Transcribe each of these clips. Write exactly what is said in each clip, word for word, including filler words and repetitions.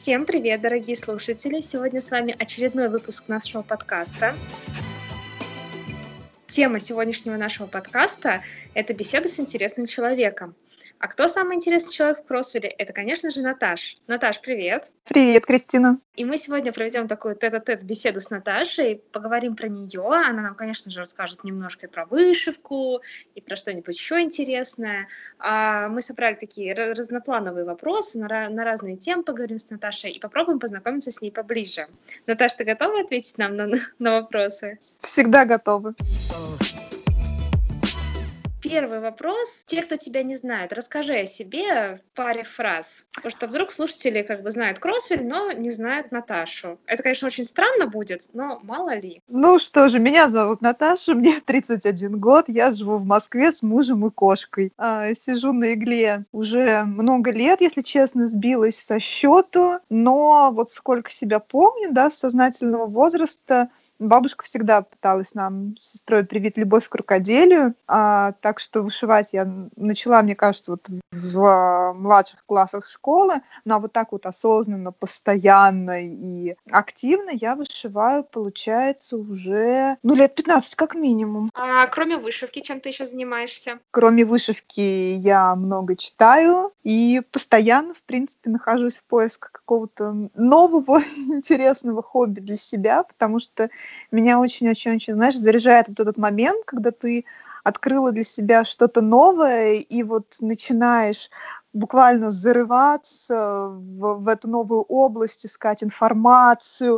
Всем привет, дорогие слушатели! Сегодня с вами очередной выпуск нашего подкаста. Тема сегодняшнего нашего подкаста – это беседа с интересным человеком. А кто самый интересный человек в Кроссвилле? Это, конечно же, Наташ. Наташ, привет! Привет, Кристина! И мы сегодня проведем такую тет-а-тет беседу с Наташей, поговорим про нее. Она нам, конечно же, расскажет немножко и про вышивку, и про что-нибудь еще интересное. А мы собрали такие разноплановые вопросы, на, на разные темы поговорим с Наташей и попробуем познакомиться с ней поближе. Наташ, ты готова ответить нам на, на вопросы? Всегда готова. Первый вопрос. Те, кто тебя не знает, расскажи о себе в паре фраз. Потому что вдруг слушатели как бы знают Кроссвилл, но не знают Наташу. Это, конечно, очень странно будет, но мало ли. Ну что же, меня зовут Наташа, мне тридцать один год, я живу в Москве с мужем и кошкой. А, сижу на игле уже много лет, если честно, сбилась со счету, но вот сколько себя помню, да, с сознательного возраста, бабушка всегда пыталась нам с сестрой привить любовь к рукоделию, а, так что вышивать я начала, мне кажется, вот в младших классах школы, но вот так вот осознанно, постоянно и активно я вышиваю, получается, уже, ну, лет пятнадцать как минимум. А кроме вышивки, чем ты еще занимаешься? Кроме вышивки я много читаю и постоянно, в принципе, нахожусь в поисках какого-то нового интересного хобби для себя, потому что меня очень-очень-очень, знаешь, заряжает вот этот момент, когда ты открыла для себя что-то новое и вот начинаешь буквально зарываться в, в эту новую область, искать информацию.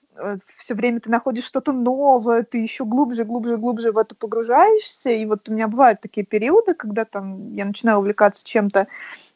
Все время ты находишь что-то новое, ты еще глубже, глубже, глубже в это погружаешься. И вот у меня бывают такие периоды, когда там я начинаю увлекаться чем-то,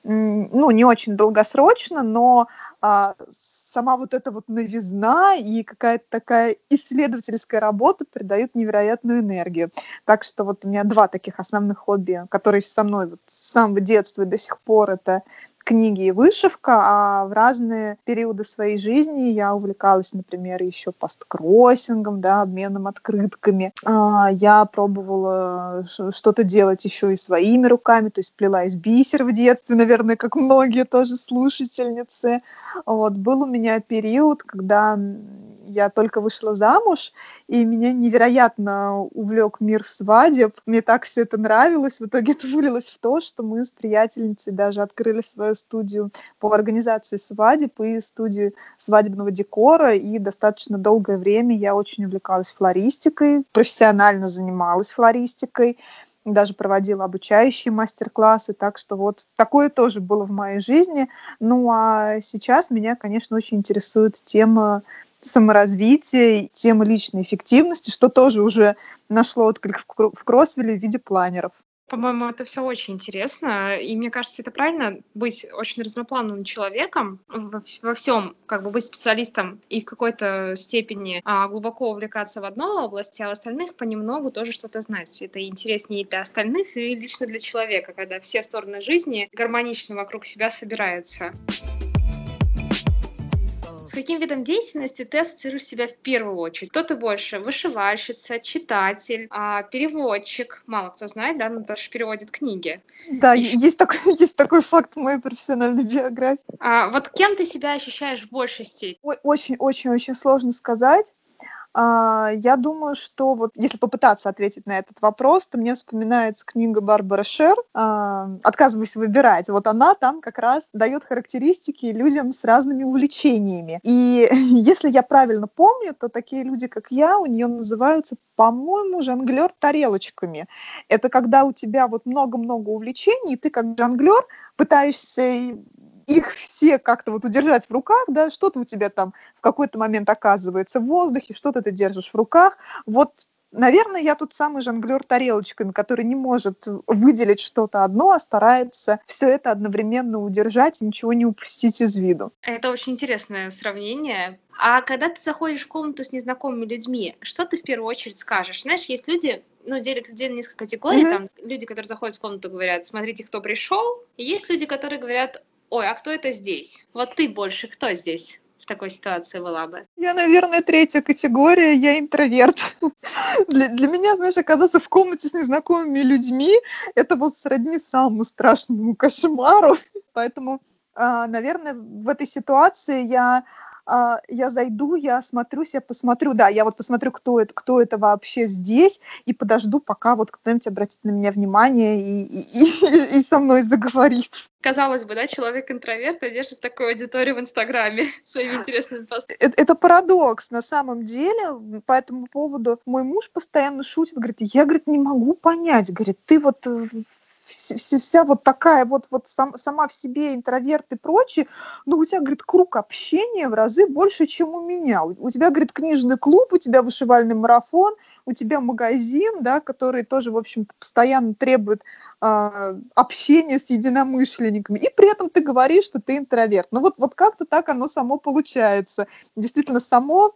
ну, не очень долгосрочно, но а, сама вот эта вот новизна и какая-то такая исследовательская работа придают невероятную энергию. Так что вот у меня два таких основных хобби, которые со мной вот с самого детства и до сих пор, это книги и вышивка, а в разные периоды своей жизни я увлекалась, например, еще посткроссингом, да, обменом открытками. Я пробовала что-то делать еще и своими руками, то есть плела из бисера в детстве, наверное, как многие тоже слушательницы. Вот. Был у меня период, когда я только вышла замуж, и меня невероятно увлек мир свадеб. Мне так все это нравилось. В итоге это вылилось в то, что мы с приятельницей даже открыли свою студию по организации свадеб и студию свадебного декора. И достаточно долгое время я очень увлекалась флористикой, профессионально занималась флористикой, даже проводила обучающие мастер-классы, так что вот такое тоже было в моей жизни. Ну а сейчас меня, конечно, очень интересует тема саморазвития, тема личной эффективности, что тоже уже нашло отклик в Кроссвилле в виде планеров. По-моему, это все очень интересно, и мне кажется, это правильно быть очень разноплановым человеком во, во всем, как бы быть специалистом и в какой-то степени а, глубоко увлекаться в одной области, а в остальных понемногу тоже что-то знать. Это интереснее и для остальных, и лично для человека, когда все стороны жизни гармонично вокруг себя собираются. С каким видом деятельности ты ассоциируешь себя в первую очередь? Кто ты больше? Вышивальщица, читатель, а, переводчик? Мало кто знает, да, Наташа переводит книги. Да, и... есть, такой, есть такой факт в моей профессиональной биографии. А, вот кем ты себя ощущаешь в большей степени? Очень-очень-очень сложно сказать. Я думаю, что вот если попытаться ответить на этот вопрос, то мне вспоминается книга Барбары Шер «Отказывайся выбирать». Вот она там как раз дает характеристики людям с разными увлечениями. И если я правильно помню, то такие люди, как я, у нее называются, по-моему, жонглер тарелочками. Это когда у тебя вот много-много увлечений, и ты как жонглер пытаешься их все как-то вот удержать в руках, да, что-то у тебя там в какой-то момент оказывается в воздухе, что-то ты держишь в руках. Вот, наверное, я тут самый жонглер тарелочками, который не может выделить что-то одно, а старается все это одновременно удержать и ничего не упустить из виду. Это очень интересное сравнение. А когда ты заходишь в комнату с незнакомыми людьми, что ты в первую очередь скажешь? Знаешь, есть люди, ну, делят людей на несколько категорий. Mm-hmm. Там люди, которые заходят в комнату, говорят, смотрите, кто пришел. И есть люди, которые говорят, ой, а кто это здесь? Вот ты больше кто здесь в такой ситуации была бы? Я, наверное, третья категория, я интроверт. Для, для меня, знаешь, оказаться в комнате с незнакомыми людьми, это вот сродни самому страшному кошмару. Поэтому А, наверное, в этой ситуации я, а, я зайду, я осмотрюсь, я посмотрю, да, я вот посмотрю, кто это, кто это вообще здесь, и подожду, пока вот кто-нибудь обратит на меня внимание и, и, и, и со мной заговорит. Казалось бы, да, человек-интроверт, а держит такую аудиторию в Инстаграме своими интересными постами. Это, это парадокс на самом деле. По этому поводу мой муж постоянно шутит, говорит, я, говорит, не могу понять, говорит, ты вот э, вс- вс- вся вот такая вот, вот сам- сама в себе интроверт и прочее, но у тебя, говорит, круг общения в разы больше, чем у меня. У, у тебя, говорит, книжный клуб, у тебя вышивальный марафон, у тебя магазин, да, который тоже, в общем-то, постоянно требует а, общения с единомышленниками, и при этом ты говоришь, что ты интроверт. Ну вот, вот как-то так оно само получается. Действительно, само,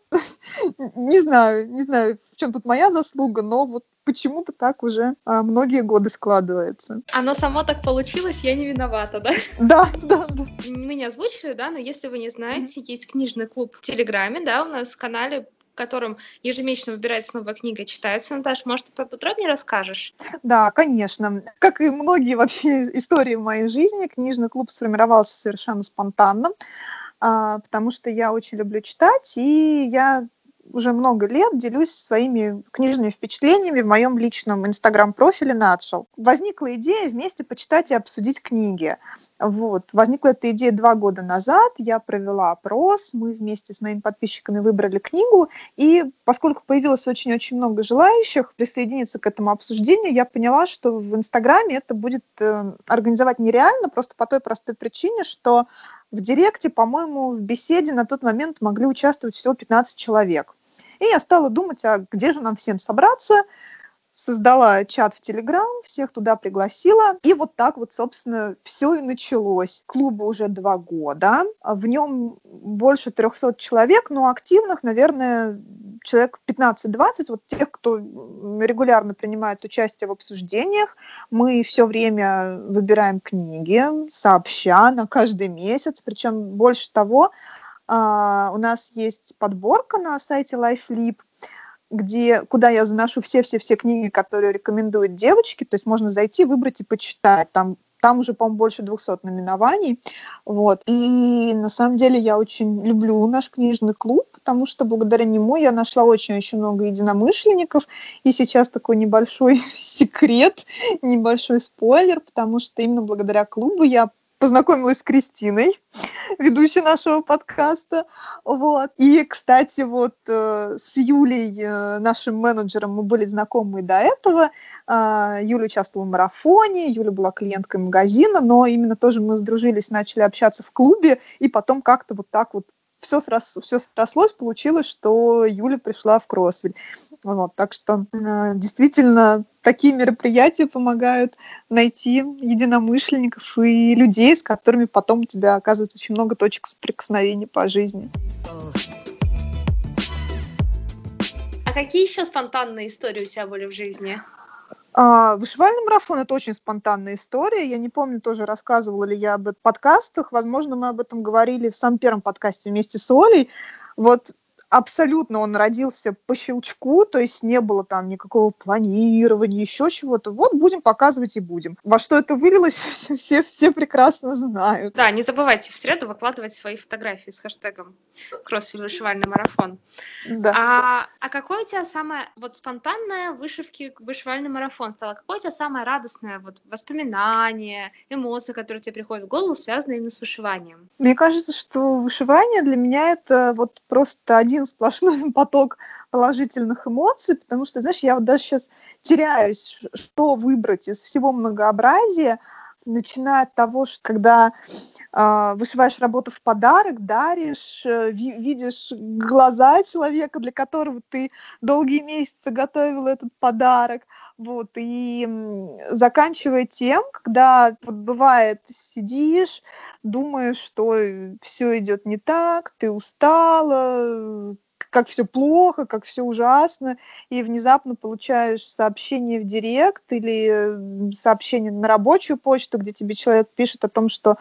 не знаю, не знаю, в чем тут моя заслуга, но вот почему-то так уже а, многие годы складывается. Оно само так получилось, я не виновата, да? Да, да, да. Мы не озвучили, да, но если вы не знаете, есть книжный клуб в Телеграме, да, у нас в канале, в котором ежемесячно выбирается новая книга, читается. Наташ, может, ты поподробнее расскажешь? Да, конечно. Как и многие вообще истории в моей жизни, книжный клуб сформировался совершенно спонтанно, а, потому что я очень люблю читать, и я уже много лет делюсь своими книжными впечатлениями в моем личном инстаграм-профиле Натшел. Возникла идея вместе почитать и обсудить книги. Вот. Возникла эта идея два года назад, я провела опрос, мы вместе с моими подписчиками выбрали книгу, и поскольку появилось очень-очень много желающих присоединиться к этому обсуждению, я поняла, что в Инстаграме это будет э, организовать нереально, просто по той простой причине, что в Директе, по-моему, в беседе на тот момент могли участвовать всего пятнадцать человек. И я стала думать, а где же нам всем собраться? Создала чат в Телеграм, всех туда пригласила. И вот так вот, собственно, все и началось. Клубу уже два года. В нем больше трехсот человек, но активных, наверное, человек пятнадцать-двадцать. Вот тех, кто регулярно принимает участие в обсуждениях. Мы все время выбираем книги сообща на каждый месяц. Причем больше того, у нас есть подборка на сайте LifeLib, где, куда я заношу все-все-все книги, которые рекомендуют девочки, то есть можно зайти, выбрать и почитать. Там, там уже, по-моему, больше двухсот наименований. Вот. И на самом деле я очень люблю наш книжный клуб, потому что благодаря нему я нашла очень-очень много единомышленников. И сейчас такой небольшой секрет, небольшой спойлер, потому что именно благодаря клубу я познакомилась с Кристиной, ведущей нашего подкаста. Вот. И, кстати, вот э, с Юлей, э, нашим менеджером, мы были знакомы до этого. Э, Юля участвовала в марафоне, Юля была клиенткой магазина, но именно тоже мы сдружились, начали общаться в клубе, и потом как-то вот так вот все, срос, все срослось, получилось, что Юля пришла в Кроссвиль. Вот, так что э, действительно такие мероприятия помогают найти единомышленников и людей, с которыми потом у тебя оказывается очень много точек соприкосновения по жизни. А какие еще спонтанные истории у тебя были в жизни? А, вышивальный марафон — это очень спонтанная история. Я не помню, тоже рассказывала ли я об этом в подкастах. Возможно, мы об этом говорили в самом первом подкасте вместе с Олей. Вот абсолютно он родился по щелчку, то есть не было там никакого планирования, еще чего-то. Вот будем показывать и будем. Во что это вылилось, все, все, все прекрасно знают. Да, не забывайте в среду выкладывать свои фотографии с хэштегом «Кроссвиль вышивальный марафон». Да. А, а какое у тебя самое вот спонтанное вышивки вышивальный марафон стало? Какое у тебя самое радостное вот воспоминание, эмоции, которые тебе приходят в голову, связанные именно с вышиванием? Мне кажется, что вышивание для меня это вот просто один сплошной поток положительных эмоций, потому что, знаешь, я вот даже сейчас теряюсь, что выбрать из всего многообразия, начиная от того, что когда э, вышиваешь работу в подарок, даришь, э, ви- видишь глаза человека, для которого ты долгие месяцы готовила этот подарок, вот, и м, заканчивая тем, когда вот бывает сидишь, думаешь, что все идет не так, ты устала, как все плохо, как все ужасно, и внезапно получаешь сообщение в директ или м, сообщение на рабочую почту, где тебе человек пишет о том, что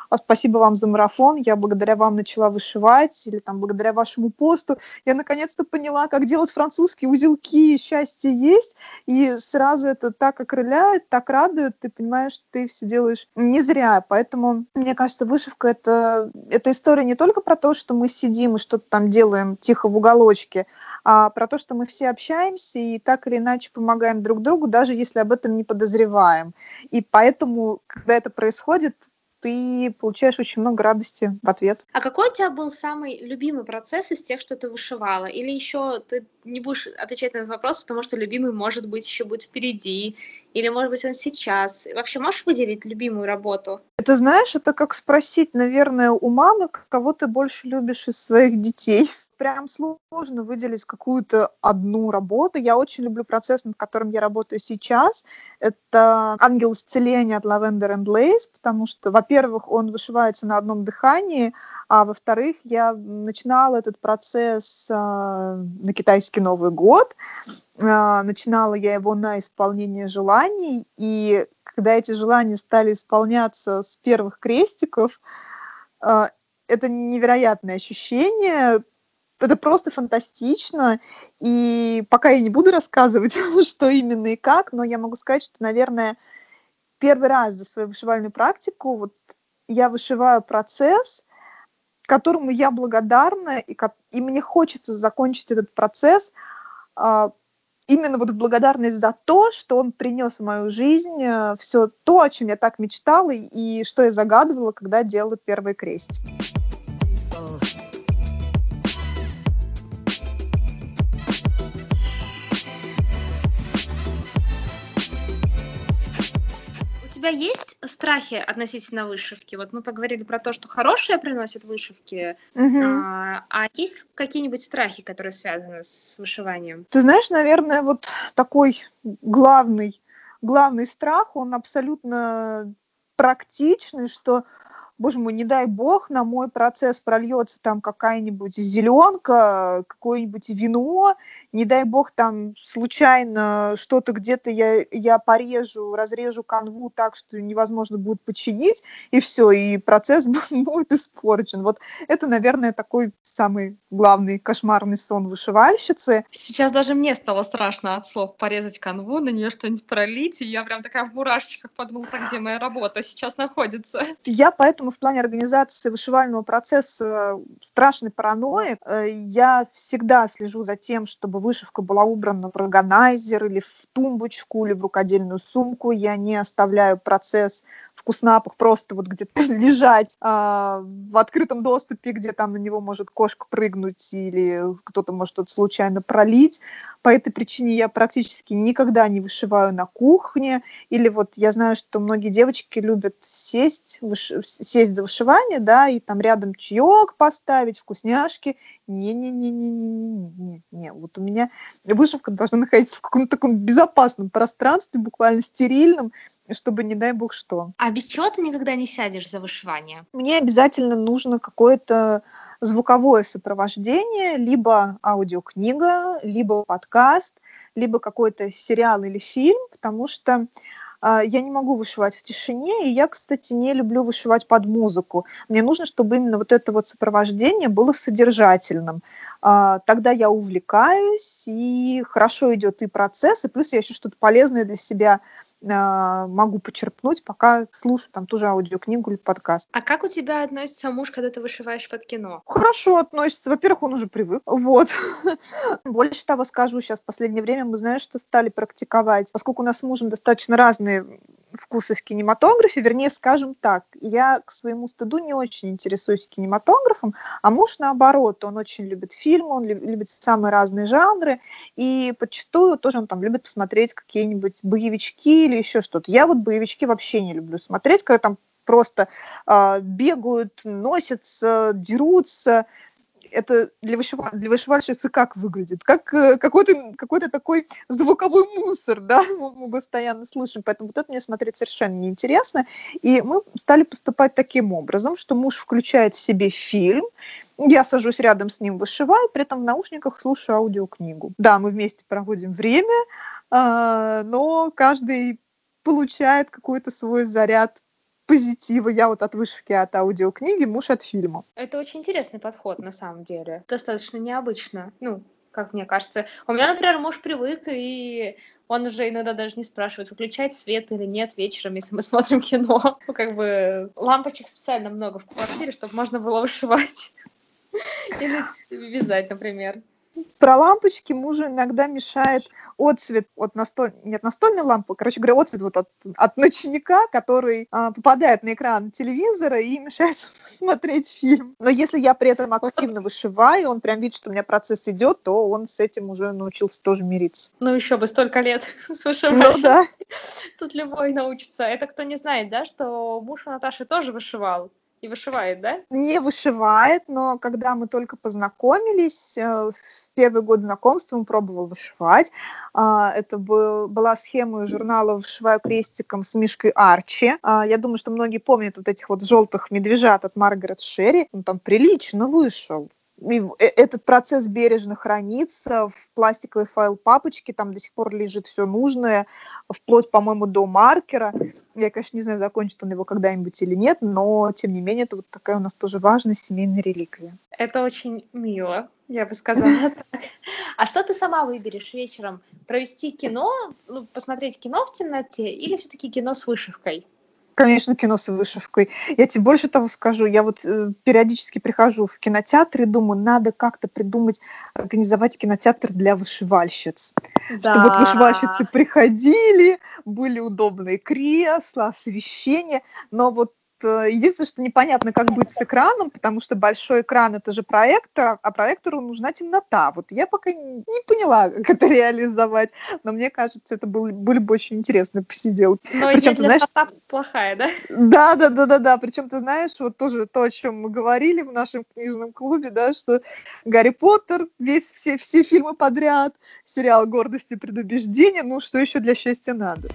а спасибо вам за марафон, я благодаря вам начала вышивать, или там благодаря вашему посту я наконец-то поняла, как делать французские узелки, счастье есть, и сразу это так окрыляет, так радует, ты понимаешь, что ты все делаешь не зря, поэтому, мне кажется, вышивка это, это история не только про то, что мы сидим и что-то там делаем тихо в уголочке, а про то, что мы все общаемся и так или иначе помогаем друг другу, даже если об этом не подозреваем. И поэтому, когда это происходит, ты получаешь очень много радости в ответ. А какой у тебя был самый любимый процесс из тех, что ты вышивала? Или еще ты не будешь отвечать на этот вопрос, потому что любимый, может быть, еще будет впереди, или, может быть, он сейчас. Вообще можешь выделить любимую работу? Это, знаешь, это как спросить, наверное, у мамы, кого ты больше любишь из своих детей. Прям сложно выделить какую-то одну работу. Я очень люблю процесс, над которым я работаю сейчас. Это «Ангел исцеления» от Lavender and Lace, потому что, во-первых, он вышивается на одном дыхании, а во-вторых, я начинала этот процесс а, на китайский Новый год. А, начинала я его на исполнение желаний, и когда эти желания стали исполняться с первых крестиков, а, это невероятное ощущение. Это просто фантастично, и пока я не буду рассказывать, что именно и как, но я могу сказать, что, наверное, первый раз за свою вышивальную практику вот я вышиваю процесс, которому я благодарна, и, и мне хочется закончить этот процесс а, именно вот в благодарность за то, что он принес в мою жизнь все то, о чем я так мечтала, и что я загадывала, когда делала первый крестик. У тебя есть страхи относительно вышивки? Вот мы поговорили про то, что хорошее приносит вышивки, Угу. а, а есть какие-нибудь страхи, которые связаны с вышиванием? Ты знаешь, наверное, вот такой главный, главный страх, он абсолютно практичный, что, боже мой, не дай бог, на мой процесс прольется там какая-нибудь зеленка, какое-нибудь вино, не дай бог там случайно что-то где-то я, я порежу, разрежу канву так, что невозможно будет починить, и все, и процесс будет испорчен. Вот это, наверное, такой самый главный кошмарный сон вышивальщицы. Сейчас даже мне стало страшно от слов порезать канву, на нее что-нибудь пролить, и я прям такая в мурашечках подумала, так, где моя работа сейчас находится. Я поэтому в плане организации вышивального процесса страшный параноик. Я всегда слежу за тем, чтобы вышивка была убрана в органайзер или в тумбочку, или в рукодельную сумку. Я не оставляю процесс в куснапах просто вот где-то лежать а, в открытом доступе, где там на него может кошка прыгнуть или кто-то может что-то случайно пролить. По этой причине я практически никогда не вышиваю на кухне. Или вот я знаю, что многие девочки любят сесть, выш... сесть за вышивание, да, и там рядом чаек поставить, вкусняшки. Не-не-не-не-не-не-не-не. Вот у меня вышивка должна находиться в каком-то таком безопасном пространстве, буквально стерильном, чтобы не дай бог что. А без чего ты никогда не сядешь за вышивание? Мне обязательно нужно какое-то звуковое сопровождение, либо аудиокнига, либо подкаст, либо какой-то сериал или фильм, потому что э, я не могу вышивать в тишине, и я, кстати, не люблю вышивать под музыку. Мне нужно, чтобы именно вот это вот сопровождение было содержательным. Э, тогда я увлекаюсь, и хорошо идет и процесс, и плюс я еще что-то полезное для себя могу почерпнуть, пока слушаю там ту же аудиокнигу или подкаст. А как у тебя относится муж, когда ты вышиваешь под кино? Хорошо относится. Во-первых, он уже привык. Вот. Больше того скажу, сейчас в последнее время мы, знаешь, что стали практиковать. Поскольку у нас с мужем достаточно разные вкусы в кинематографе, вернее, скажем так, я к своему стыду не очень интересуюсь кинематографом, а муж, наоборот, он очень любит фильмы, он любит самые разные жанры, и подчастую тоже он там любит посмотреть какие-нибудь боевички или еще что-то. Я вот боевички вообще не люблю смотреть, когда там просто э, бегают, носятся, дерутся. Это для, вышива... для вышивальщицы как выглядит? Как э, какой-то, какой-то такой звуковой мусор, да, мы постоянно слышим. Поэтому вот это мне смотреть совершенно неинтересно. И мы стали поступать таким образом, что муж включает себе фильм, я сажусь рядом с ним, вышиваю, при этом в наушниках слушаю аудиокнигу. Да, мы вместе проводим время, э, но каждый получает какой-то свой заряд позитива. Я вот от вышивки, от аудиокниги, муж от фильма. Это очень интересный подход, на самом деле. Достаточно необычно. Ну, как мне кажется. У меня, например, муж привык, и он уже иногда даже не спрашивает, выключать свет или нет вечером, если мы смотрим кино. Ну, как бы лампочек специально много в квартире, чтобы можно было вышивать. Или вязать, например. Про лампочки мужу иногда мешает отцвет от настоль... нет, настольной лампы, короче говоря, отцвет вот от, от ночника, который а, попадает на экран телевизора и мешает смотреть фильм. Но если я при этом активно вышиваю, он прям видит, что у меня процесс идет, то он с этим уже научился тоже мириться. Ну, еще бы столько лет с вышиванием. Ну да. Тут любой научится. Это кто не знает, да, что муж у Наташи тоже вышивал. И вышивает, да? Не вышивает, но когда мы только познакомились, в первый год знакомства он пробовал вышивать. Это был, была схема из журнала «Вышиваю крестиком» с Мишкой Арчи. Я думаю, что многие помнят вот этих вот желтых медвежат от Маргарет Шерри. Он там прилично вышел. И этот процесс бережно хранится в пластиковой файл-папочке, там до сих пор лежит все нужное, вплоть, по-моему, до маркера. Я, конечно, не знаю, закончит он его когда-нибудь или нет, но, тем не менее, это вот такая у нас тоже важная семейная реликвия. Это очень мило, я бы сказала так. А что ты сама выберешь вечером? Провести кино, ну, посмотреть кино в темноте или все-таки кино с вышивкой? Конечно, кино с вышивкой. Я тебе больше того скажу. Я вот э, периодически прихожу в кинотеатр и думаю, надо как-то придумать, организовать кинотеатр для вышивальщиц. Да. Чтобы вот вышивальщицы приходили, были удобные кресла, освещение. Но вот единственное, что непонятно, как быть с экраном, потому что большой экран — это же проектор, а проектору нужна темнота. Вот я пока не поняла, как это реализовать, но мне кажется, это были, были бы очень интересные посиделки. Но идея для знаешь... стартапа плохая, да? Да, да, да, да, да. Причем ты знаешь, вот тоже то, о чем мы говорили в нашем книжном клубе, да, что Гарри Поттер, весь, все, все фильмы подряд, сериал «Гордость и предубеждение», ну что еще для счастья надо?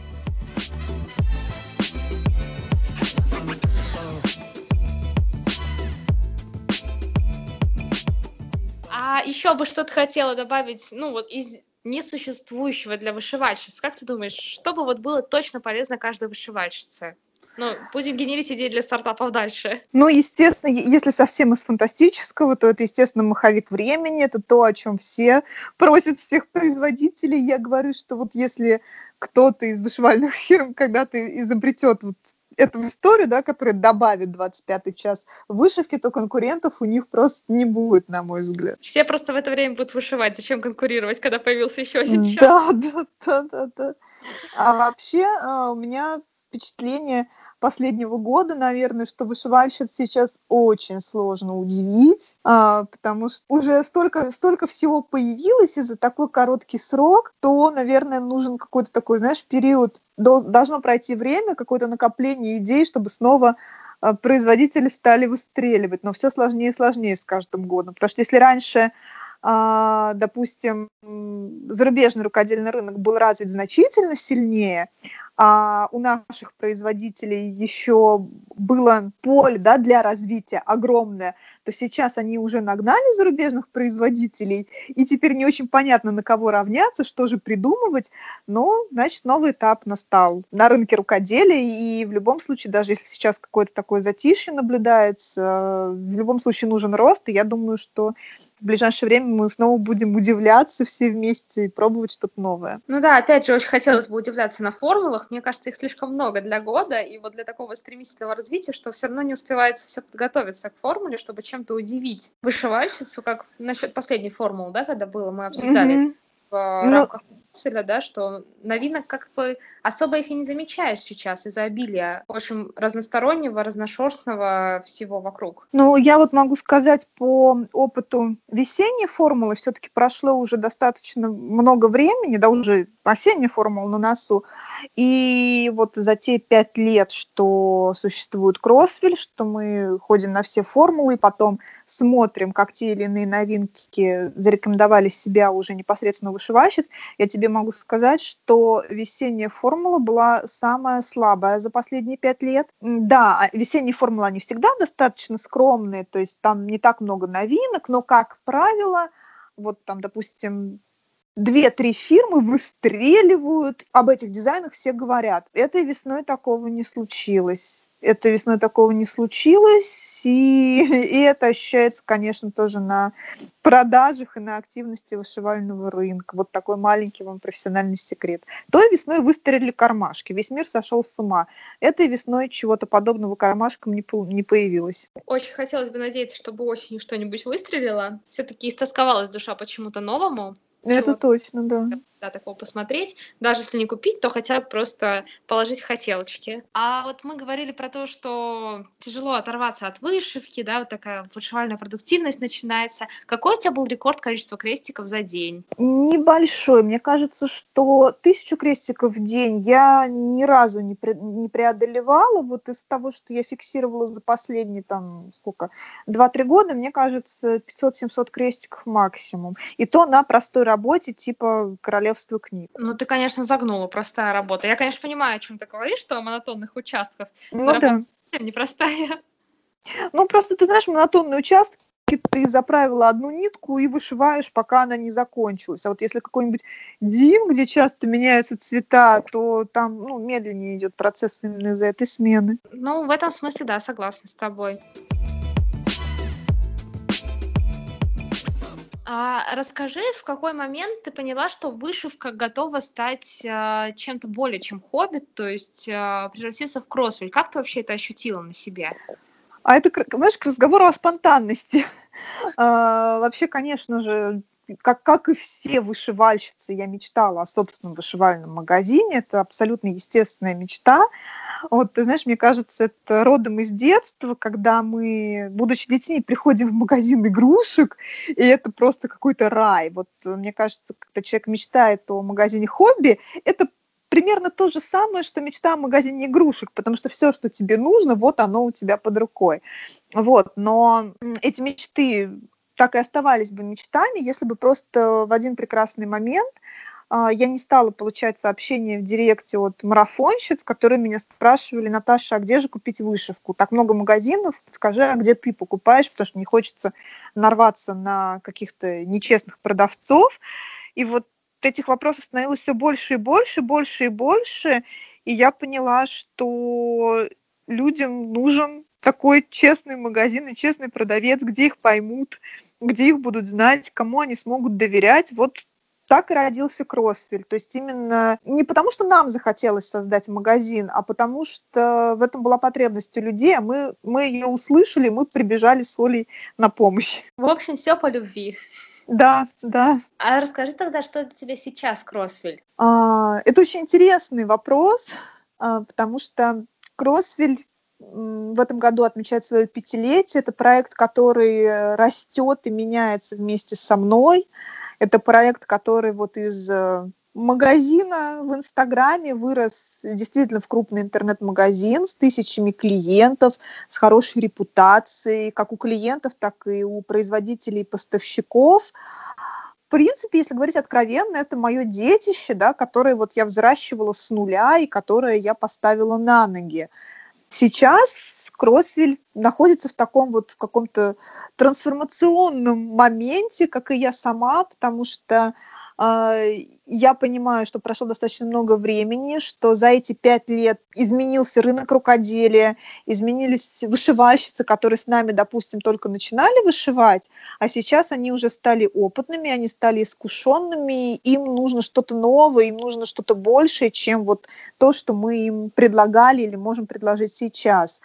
А еще бы что-то хотела добавить, ну вот из несуществующего для вышивальщиц. Как ты думаешь, что бы вот было точно полезно каждой вышивальщице? Ну, будем генерить идеи для стартапов дальше. Ну, естественно, если совсем из фантастического, то это, естественно, маховик времени. Это то, о чем все просят всех производителей. Я говорю, что вот если кто-то из вышивальных фирм когда-то изобретет вот эту историю, да, которая добавит двадцать пятый час вышивки, то конкурентов у них просто не будет, на мой взгляд. Все просто в это время будут вышивать. Зачем конкурировать, когда появился еще один час? Да, да, да, да, да. А вообще у меня впечатление последнего года, наверное, что вышивальщиц сейчас очень сложно удивить, а, потому что уже столько, столько всего появилось, и за такой короткий срок, то, наверное, нужен какой-то такой, знаешь, период, до, должно пройти время, какое-то накопление идей, чтобы снова а, производители стали выстреливать, но все сложнее и сложнее с каждым годом, потому что если раньше, а, допустим, зарубежный рукодельный рынок был развит значительно сильнее, а у наших производителей еще было поле, да, для развития огромное, то сейчас они уже нагнали зарубежных производителей, и теперь не очень понятно, на кого равняться, что же придумывать, но, значит, новый этап настал на рынке рукоделия, и в любом случае, даже если сейчас какое-то такое затишье наблюдается, в любом случае нужен рост, и я думаю, что в ближайшее время мы снова будем удивляться все вместе и пробовать что-то новое. Ну да, опять же, очень хотелось бы удивляться на формулах. Мне кажется, их слишком много для года, и вот для такого стремительного развития, что все равно не успевается все подготовиться к формуле, чтобы чем-то удивить вышивальщицу, как насчет последней формулы, да, когда было, мы обсуждали mm-hmm. в ну... рамках Кроссфита, да, что новинок как бы особо их и не замечаешь сейчас из-за обилия очень разностороннего, разношерстного всего вокруг. Ну, я вот могу сказать по опыту весенней формулы, все-таки прошло уже достаточно много времени, да, уже осенняя формула на носу, и вот за те пять лет, что существует Кроссфит, что мы ходим на все формулы, и потом смотрим, как те или иные новинки зарекомендовали себя уже непосредственно у вышивальщиц, я тебе могу сказать, что весенняя формула была самая слабая за последние пять лет. Да, весенние формулы, они всегда достаточно скромные, то есть там не так много новинок, но, как правило, вот там, допустим, две-три фирмы выстреливают, об этих дизайнах все говорят. Этой весной такого не случилось. этой весной такого не случилось, и, и это ощущается, конечно, тоже на продажах и на активности вышивального рынка. Вот такой маленький вам профессиональный секрет. Той весной выстрелили кармашки, весь мир сошел с ума. Этой весной чего-то подобного кармашкам не, по- не появилось. Очень хотелось бы надеяться, чтобы осенью что-нибудь выстрелило. Все-таки истосковалась душа почему-то новому. Это Чего-то точно, да. да, такого посмотреть. Даже если не купить, то хотя бы просто положить в хотелочки. А вот мы говорили про то, что тяжело оторваться от вышивки, да, вот такая вышивальная продуктивность начинается. Какой у тебя был рекорд количества крестиков за день? Небольшой. Мне кажется, что тысячу крестиков в день я ни разу не, пре- не преодолевала. Вот из того, что я фиксировала за последние, там, сколько, два-три года, мне кажется, пятьсот-семьсот крестиков максимум. И то на простой работе, типа королевства книг. Ну, ты, конечно, загнула, простая работа. Я, конечно, понимаю, о чем ты говоришь, что о монотонных участках, но Ну работа да. совсем непростая. Ну, просто, ты знаешь, монотонные участки, ты заправила одну нитку и вышиваешь, пока она не закончилась. А вот если какой-нибудь дим, где часто меняются цвета, то там, ну, медленнее идет процесс именно из-за этой смены. Ну, в этом смысле, да, согласна с тобой. А расскажи, в какой момент ты поняла, что вышивка готова стать а, чем-то более чем хобби, то есть а, превратиться в кроссфит? Как ты вообще это ощутила на себе? А это, к- знаешь, к разговору о спонтанности. А, Вообще, конечно же, как, как и все вышивальщицы, я мечтала о собственном вышивальном магазине. Это абсолютно естественная мечта. Вот, ты знаешь, мне кажется, это родом из детства, когда мы, будучи детьми, приходим в магазин игрушек, и это просто какой-то рай. Вот, э, мне кажется, когда человек мечтает о магазине хобби, это примерно то же самое, что мечта о магазине игрушек, потому что все, что тебе нужно, вот оно у тебя под рукой. Вот, но м, эти мечты так и оставались бы мечтами, если бы просто в один прекрасный момент а, я не стала получать сообщения в директе от марафонщиц, которые меня спрашивали: Наташа, а где же купить вышивку? Так много магазинов, скажи, а где ты покупаешь, потому что не хочется нарваться на каких-то нечестных продавцов. И вот этих вопросов становилось все больше и больше, больше и больше, и я поняла, что людям нужен такой честный магазин и честный продавец, где их поймут, где их будут знать, кому они смогут доверять. Вот так и родился Кроссфиль. То есть именно не потому, что нам захотелось создать магазин, а потому что в этом была потребность у людей, а мы, мы ее услышали, мы прибежали с Олей на помощь. В общем, все по любви. Да, да. А расскажи тогда, что для тебя сейчас кроссфит? А, Это очень интересный вопрос, а, потому что Кроссфиль м, в этом году отмечает свое пятилетие. Это проект, который э, растет и меняется вместе со мной. Это проект, который вот из э, магазина в Инстаграме вырос действительно в крупный интернет-магазин с тысячами клиентов, с хорошей репутацией, как у клиентов, так и у производителей и поставщиков. В принципе, если говорить откровенно, это мое детище, да, которое вот я взращивала с нуля и которое я поставила на ноги. Сейчас Кроссвиль находится в таком вот в каком-то трансформационном моменте, как и я сама, потому что э, я понимаю, что прошло достаточно много времени, что за эти пять лет изменился рынок рукоделия, изменились вышивальщицы, которые с нами, допустим, только начинали вышивать, а сейчас они уже стали опытными, они стали искушенными, им нужно что-то новое, им нужно что-то большее, чем вот то, что мы им предлагали или можем предложить сейчас.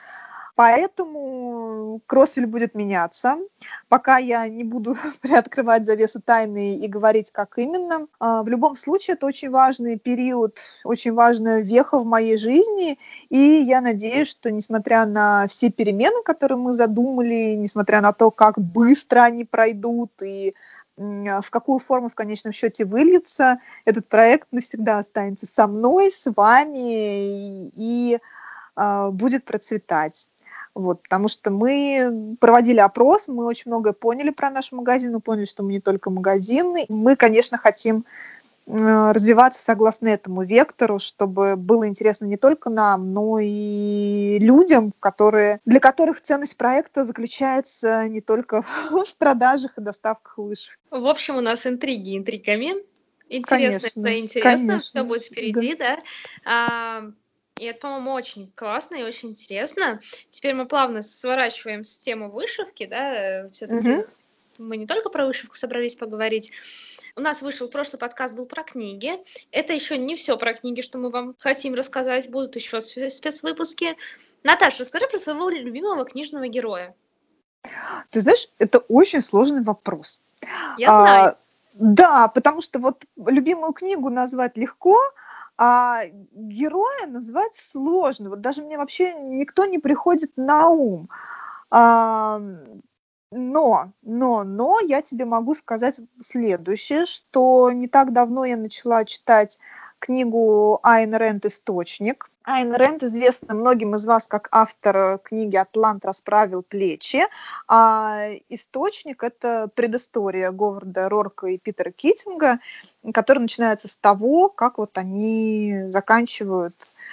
Поэтому Кроссфиль будет меняться. Пока я не буду приоткрывать завесу тайны и говорить, как именно. А, В любом случае, это очень важный период, очень важная веха в моей жизни. И я надеюсь, что несмотря на все перемены, которые мы задумали, несмотря на то, как быстро они пройдут и м, в какую форму в конечном счете выльется, этот проект навсегда останется со мной, с вами и, и а, будет процветать. Вот, потому что мы проводили опрос, мы очень многое поняли про наш магазин, мы поняли, что мы не только магазин. Мы, конечно, хотим э, развиваться согласно этому вектору, чтобы было интересно не только нам, но и людям, которые, для которых ценность проекта заключается не только в продажах и доставках вышивки. В общем, у нас интриги интригами. Интересно, Конечно, это интересно, все конечно, будет да. впереди, да. А, И это, по-моему, очень классно и очень интересно. Теперь мы плавно сворачиваем с темы вышивки, да, все-таки Мгм. мы не только про вышивку собрались поговорить. У нас вышел прошлый подкаст, был про книги. Это еще не все про книги, что мы вам хотим рассказать. Будут еще спе- спецвыпуски. Наташа, расскажи про своего любимого книжного героя. Ты знаешь, это очень сложный вопрос. Я знаю. А, да, потому что вот любимую книгу назвать легко, а героя назвать сложно. Вот даже мне вообще никто не приходит на ум. А, но, но, но я тебе могу сказать следующее, что не так давно я начала читать книгу Айн Рэнд «Источник». Айн Рэнд известна многим из вас как автор книги «Атлант расправил плечи», а «Источник» — это предыстория Говарда Рорка и Питера Китинга, которая начинается с того, как вот они заканчивают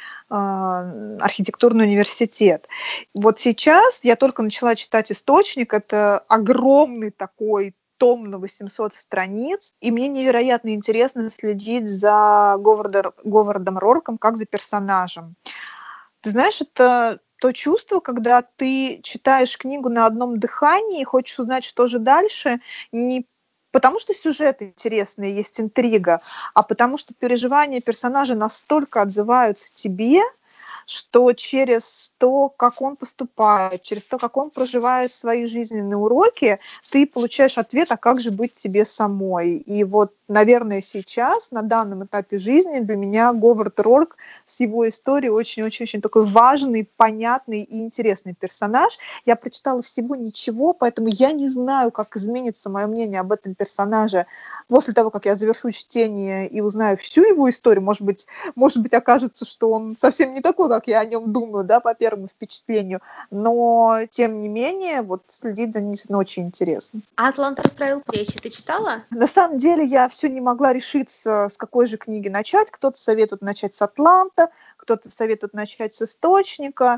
а, архитектурный университет. Вот сейчас я только начала читать «Источник». Это огромный такой том на восемьсот страниц, и мне невероятно интересно следить за Говарда, Говардом Рорком как за персонажем. Ты знаешь, это то чувство, когда ты читаешь книгу на одном дыхании и хочешь узнать, что же дальше, не потому что сюжет интересный, есть интрига, а потому что переживания персонажа настолько отзываются тебе, что через то, как он поступает, через то, как он проживает свои жизненные уроки, ты получаешь ответ, а как же быть тебе самой. И вот, наверное, сейчас, на данном этапе жизни, для меня Говард Рорк с его историей очень-очень-очень такой важный, понятный и интересный персонаж. Я прочитала всего ничего, поэтому я не знаю, как изменится мое мнение об этом персонаже после того, как я завершу чтение и узнаю всю его историю. Может быть, может быть, окажется, что он совсем не такой, как я о нем думаю, да, по первому впечатлению. Но, тем не менее, вот следить за ним действительно очень интересно. «Атлант расправил плечи» ты читала? На самом деле я все не могла решиться, с какой же книги начать. Кто-то советует начать с «Атланта», кто-то советует начать с «Источника».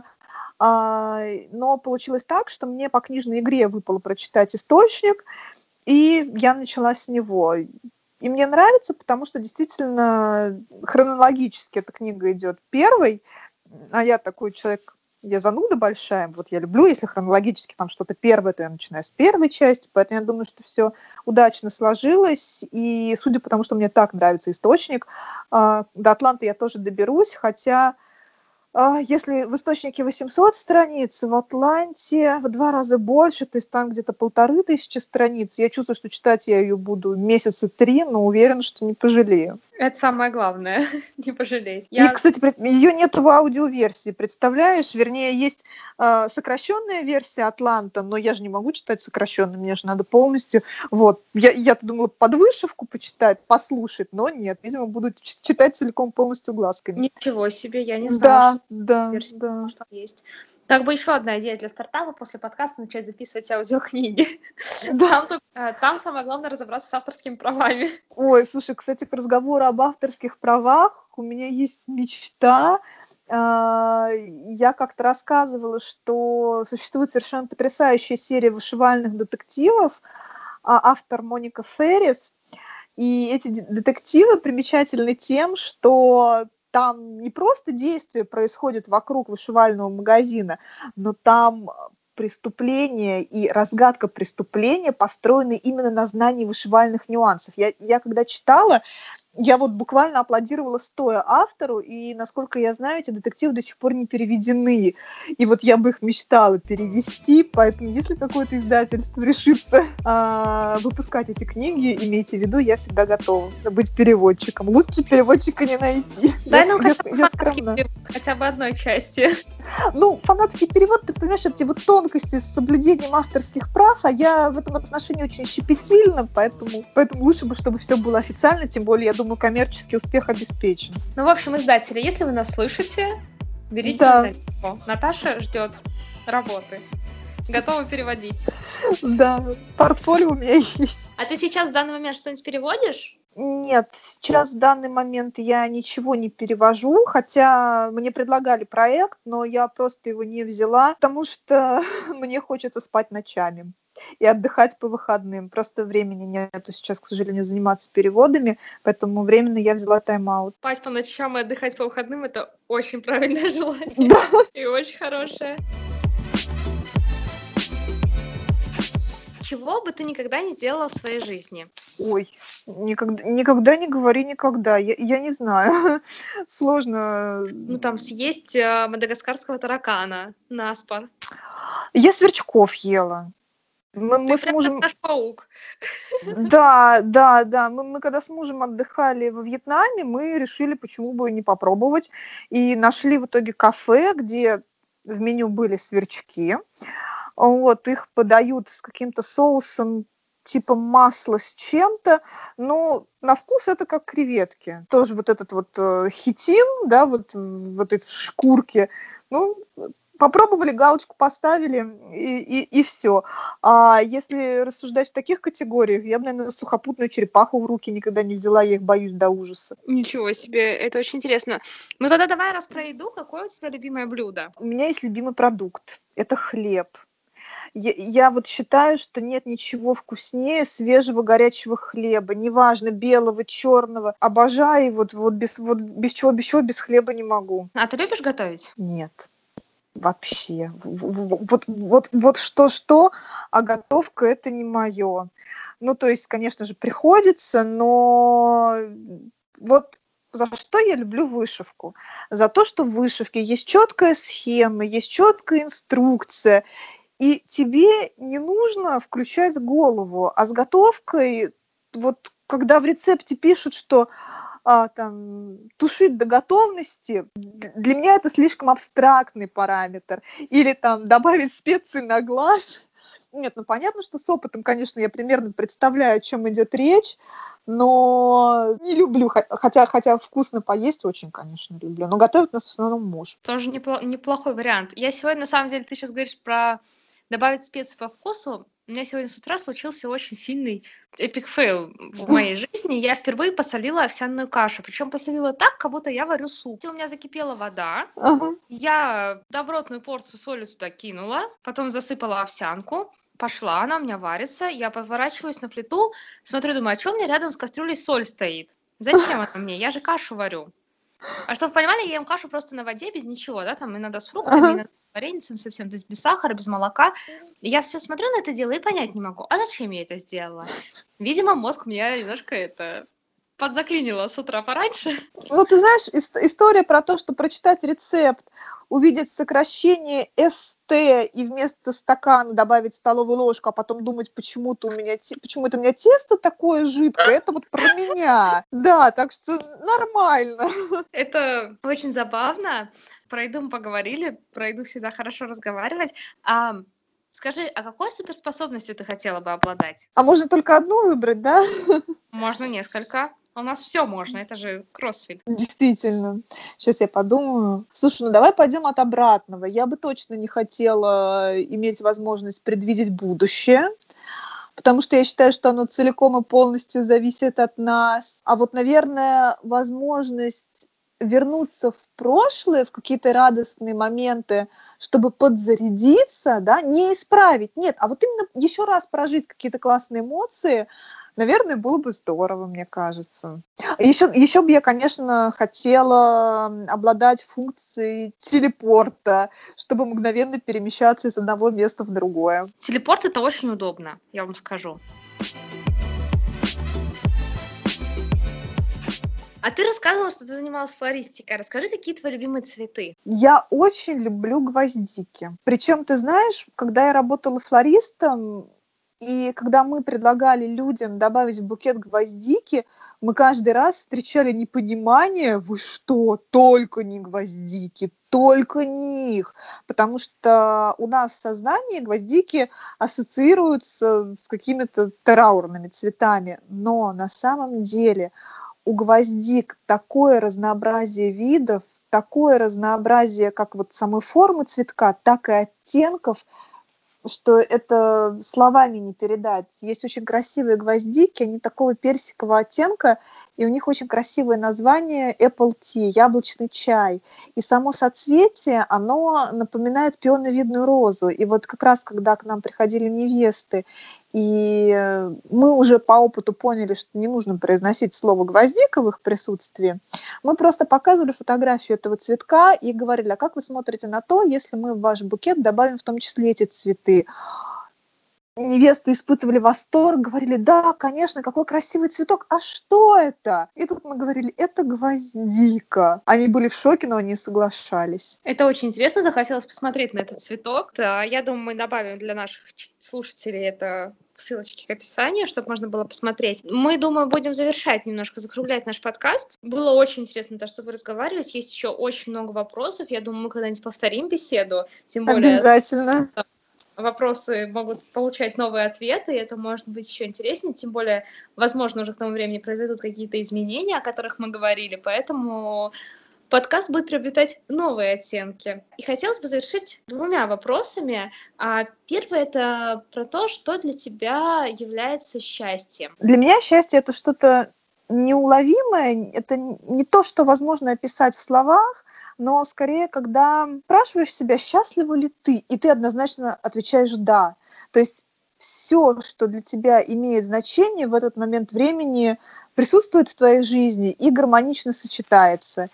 А, но получилось так, что мне по книжной игре выпало прочитать «Источник», и я начала с него. И мне нравится, потому что действительно хронологически эта книга идет первой, а я такой человек, я зануда большая, вот я люблю, если хронологически там что-то первое, то я начинаю с первой части, поэтому я думаю, что все удачно сложилось, и судя по тому, что мне так нравится «Источник», до «Атланта» я тоже доберусь, хотя если в «Источнике» восемьсот страниц, в «Атланте» в два раза больше, то есть там где-то полторы тысячи страниц. Я чувствую, что читать я ее буду месяца три, но уверена, что не пожалею. Это самое главное, не пожалеть. И, Я... кстати, ее нету в аудиоверсии, представляешь? Вернее, есть э, сокращенная версия «Атланта», но я же не могу читать сокращенно, мне же надо полностью. Вот. Я, я-то думала под вышивку почитать, послушать, но нет, видимо, буду читать целиком полностью глазками. Ничего себе, я не Да, знала, да, версия, да. что есть. Как бы еще одна идея для стартапа после подкаста начать записывать аудиокниги. Да. Там, э, там самое главное разобраться с авторскими правами. Ой, слушай, кстати, к разговору об авторских правах у меня есть мечта. А, Я как-то рассказывала, что существует совершенно потрясающая серия вышивальных детективов, а, автор Моника Феррис. И эти де- детективы примечательны тем, что там не просто действие происходит вокруг вышивального магазина, но там преступление и разгадка преступления построены именно на знании вышивальных нюансов. Я, я когда читала, я вот буквально аплодировала стоя автору, и, насколько я знаю, эти детективы до сих пор не переведены. И вот я бы их мечтала перевести, поэтому если какое-то издательство решится а, выпускать эти книги, имейте в виду, я всегда готова быть переводчиком. Лучше переводчика не найти. Дай я, нам я, хотя бы я фанатский скромна. перевод, хотя бы одной части. Ну, фанатский перевод, ты понимаешь, эти вот тонкости с соблюдением авторских прав, а я в этом отношении очень щепетильна, поэтому, поэтому лучше бы, чтобы все было официально, тем более, я думаю, коммерческий успех обеспечен. Ну, в общем, издатели, если вы нас слышите, берите Да. на заметку. Наташа ждет работы. Готова переводить. Да, портфолио у меня есть. А ты сейчас в данный момент что-нибудь переводишь? Нет, сейчас в данный момент я ничего не перевожу, хотя мне предлагали проект, но я просто его не взяла, потому что мне хочется спать ночами. и отдыхать по выходным. Просто времени нету сейчас, к сожалению, заниматься переводами, поэтому временно я взяла тайм-аут. Спать по ночам и отдыхать по выходным — это очень правильное желание Да. и очень хорошее. Чего бы ты никогда не делала в своей жизни? Ой, никогда, никогда не говори никогда. Я, я не знаю. Сложно. Ну, там, съесть э, мадагаскарского таракана наспор. Я сверчков ела. Мы, мы Ты с прям мужем... наш паук. Да, да, да. Мы, мы когда с мужем отдыхали во Вьетнаме, мы решили, почему бы не попробовать. И нашли в итоге кафе, где в меню были сверчки. Вот, их подают с каким-то соусом типа масла с чем-то, но на вкус это как креветки. Тоже вот этот вот э, хитин, да, вот в этой шкурке. Ну, попробовали, галочку поставили, и, и, и все. А если рассуждать в таких категориях, я бы, наверное, сухопутную черепаху в руки никогда не взяла, я их боюсь до ужаса. Ничего себе, это очень интересно. Ну тогда давай раз про еду, какое у тебя любимое блюдо? У меня есть любимый продукт. Это хлеб. Я, я вот считаю, что нет ничего вкуснее свежего горячего хлеба, неважно, белого, черного. Обожаю, вот, вот, без, вот без чего, без чего, без хлеба не могу. А ты любишь готовить? Нет, вообще. Вот, вот, вот что-что, а готовка это не мое. Ну, то есть, конечно же, приходится, но вот за что я люблю вышивку? За то, что в вышивке есть четкая схема, есть четкая инструкция, и тебе не нужно включать голову, а с готовкой, вот когда в рецепте пишут, что а, там, тушить до готовности, для меня это слишком абстрактный параметр. Или там добавить специи на глаз. Нет, ну понятно, что с опытом, конечно, я примерно представляю, о чем идет речь, но не люблю, хотя, хотя вкусно поесть очень, конечно, люблю, но готовит нас в основном муж. Тоже непло- неплохой вариант. Я сегодня, на самом деле, ты сейчас говоришь про добавить специи по вкусу. У меня сегодня с утра случился очень сильный эпик-фейл в моей жизни. Я впервые посолила овсяную кашу. Причем посолила так, как будто я варю суп. У меня закипела вода. Ага. Я добротную порцию соли туда кинула. Потом засыпала овсянку. Пошла, она у меня варится. Я поворачиваюсь на плиту. Смотрю, думаю, а что у меня рядом с кастрюлей соль стоит? Зачем она мне? Я же кашу варю. А чтобы вы понимали, я ем кашу просто на воде, без ничего, да, там иногда с фруктами, Ага. иногда с вареницем совсем, то есть без сахара, без молока. И я все смотрю на это дело и понять не могу, а зачем я это сделала? Видимо, мозг меня немножко это подзаклинило с утра пораньше. Ну, ты знаешь, ис- история про то, что прочитать рецепт, увидеть сокращение эс тэ и вместо стакана добавить столовую ложку, а потом думать, почему-то у меня, те- почему это у меня тесто такое жидкое, это вот про меня. Да, так что нормально. Это очень забавно. Про еду мы поговорили, про еду всегда хорошо разговаривать. А, скажи, а какой суперспособностью ты хотела бы обладать? А можно только одну выбрать, да? Можно несколько. У нас все можно, это же кроссфит. Действительно. Сейчас я подумаю. Слушай, ну давай пойдем от обратного. Я бы точно не хотела иметь возможность предвидеть будущее, потому что я считаю, что оно целиком и полностью зависит от нас. А вот, наверное, возможность вернуться в прошлое, в какие-то радостные моменты, чтобы подзарядиться, да, не исправить, нет, а вот именно еще раз прожить какие-то классные эмоции, наверное, было бы здорово, мне кажется. Еще, еще бы я, конечно, хотела обладать функцией телепорта, чтобы мгновенно перемещаться из одного места в другое. Телепорт — это очень удобно, я вам скажу. А ты рассказывала, что ты занималась флористикой. Расскажи, какие твои любимые цветы? Я очень люблю гвоздики. Причем, ты знаешь, когда я работала флористом, и когда мы предлагали людям добавить в букет гвоздики, мы каждый раз встречали непонимание: вы что, только не гвоздики, только не их. Потому что у нас в сознании гвоздики ассоциируются с какими-то траурными цветами. Но на самом деле у гвоздик такое разнообразие видов, такое разнообразие как вот самой формы цветка, так и оттенков. что это словами не передать. Есть очень красивые гвоздики, они такого персикового оттенка, и у них очень красивое название apple tea, яблочный чай. И само соцветие, оно напоминает пионовидную розу. И вот как раз, когда к нам приходили невесты, и мы уже по опыту поняли, что не нужно произносить слово «гвоздика» в их присутствии, мы просто показывали фотографию этого цветка и говорили, а как вы смотрите на то, если мы в ваш букет добавим в том числе эти цветы? Невесты испытывали восторг, говорили, да, конечно, какой красивый цветок, а что это? И тут мы говорили, это гвоздика. Они были в шоке, но они соглашались. Это очень интересно, захотелось посмотреть на этот цветок. Да, я думаю, мы добавим для наших слушателей это ссылочки к описанию, чтобы можно было посмотреть. Мы, думаю, будем завершать немножко, закруглять наш подкаст. Было очень интересно, то, что вы разговаривали. Есть еще очень много вопросов. Я думаю, мы когда-нибудь повторим беседу. Тем более... Обязательно. Вопросы могут получать новые ответы, и это может быть еще интереснее, тем более, возможно, уже к тому времени произойдут какие-то изменения, о которых мы говорили, поэтому подкаст будет приобретать новые оттенки. И хотелось бы завершить двумя вопросами. Первый — это про то, что для тебя является счастьем. Для меня счастье — это что-то неуловимое, это не то, что возможно описать в словах, но скорее, когда спрашиваешь себя, счастлива ли ты, и ты однозначно отвечаешь «да». То есть все, что для тебя имеет значение в этот момент времени, присутствует в твоей жизни и гармонично сочетается.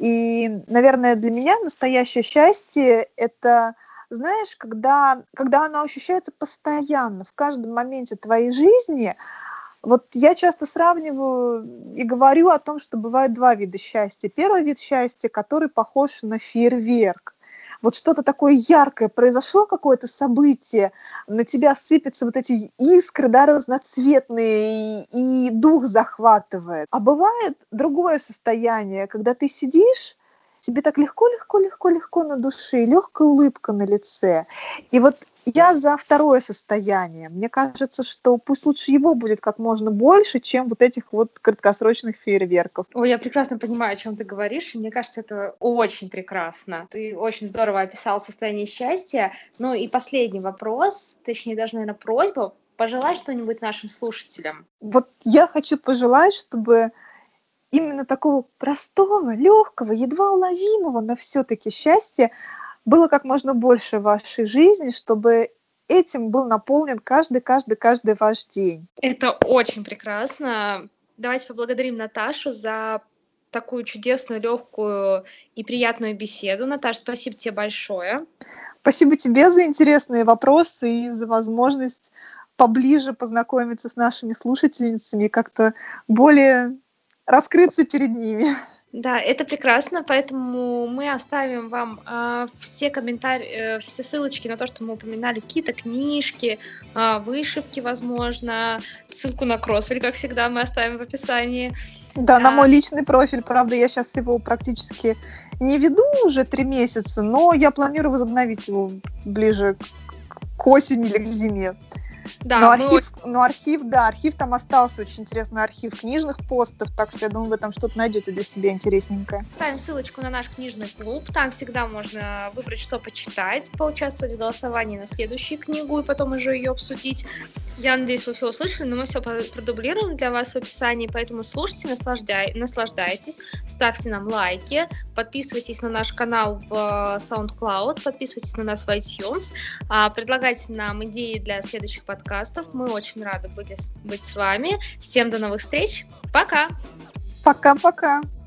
И, наверное, для меня настоящее счастье — это, знаешь, когда, когда оно ощущается постоянно, в каждом моменте твоей жизни. Вот я часто сравниваю и говорю о том, что бывают два вида счастья. Первый вид счастья, который похож на фейерверк. Вот что-то такое яркое, произошло какое-то событие, на тебя сыпятся вот эти искры, да, разноцветные, и, и дух захватывает. А бывает другое состояние, когда ты сидишь, тебе так легко, легко, легко, легко на душе, легкая улыбка на лице. И вот я за второе состояние. Мне кажется, что пусть лучше его будет как можно больше, чем вот этих вот краткосрочных фейерверков. Ой, я прекрасно понимаю, о чем ты говоришь, и мне кажется, это очень прекрасно. Ты очень здорово описал состояние счастья. Ну и последний вопрос, точнее даже, наверное, просьба. Пожелай что-нибудь нашим слушателям. Вот я хочу пожелать, чтобы именно такого простого, легкого, едва уловимого, но все-таки счастья было как можно больше в вашей жизни, чтобы этим был наполнен каждый, каждый, каждый ваш день. Это очень прекрасно. Давайте поблагодарим Наташу за такую чудесную, легкую и приятную беседу. Наташа, спасибо тебе большое. Спасибо тебе за интересные вопросы и за возможность поближе познакомиться с нашими слушательницами и как-то более раскрыться перед ними. Да, это прекрасно, поэтому мы оставим вам э, все комментарии, э, все ссылочки на то, что мы упоминали, какие-то книжки, э, вышивки, возможно, ссылку на Кроссфит, как всегда, мы оставим в описании. Да, а... на мой личный профиль, правда, я сейчас его практически не веду уже три месяца, но я планирую возобновить его ближе к осени или к зиме. Да, но, архив, мы... но архив, да, архив там остался, очень интересный архив книжных постов, так что я думаю, вы там что-то найдете для себя интересненькое. Ставим ссылочку на наш книжный клуб, там всегда можно выбрать, что почитать, поучаствовать в голосовании на следующую книгу и потом уже ее обсудить. Я надеюсь, вы все услышали, но мы все продублируем для вас в описании, поэтому слушайте, наслаждай... наслаждайтесь, ставьте нам лайки, подписывайтесь на наш канал в SoundCloud, подписывайтесь на нас в iTunes, предлагайте нам идеи для следующих подкастов. подкастов. Мы очень рады были быть с вами. Всем до новых встреч. Пока! Пока-пока!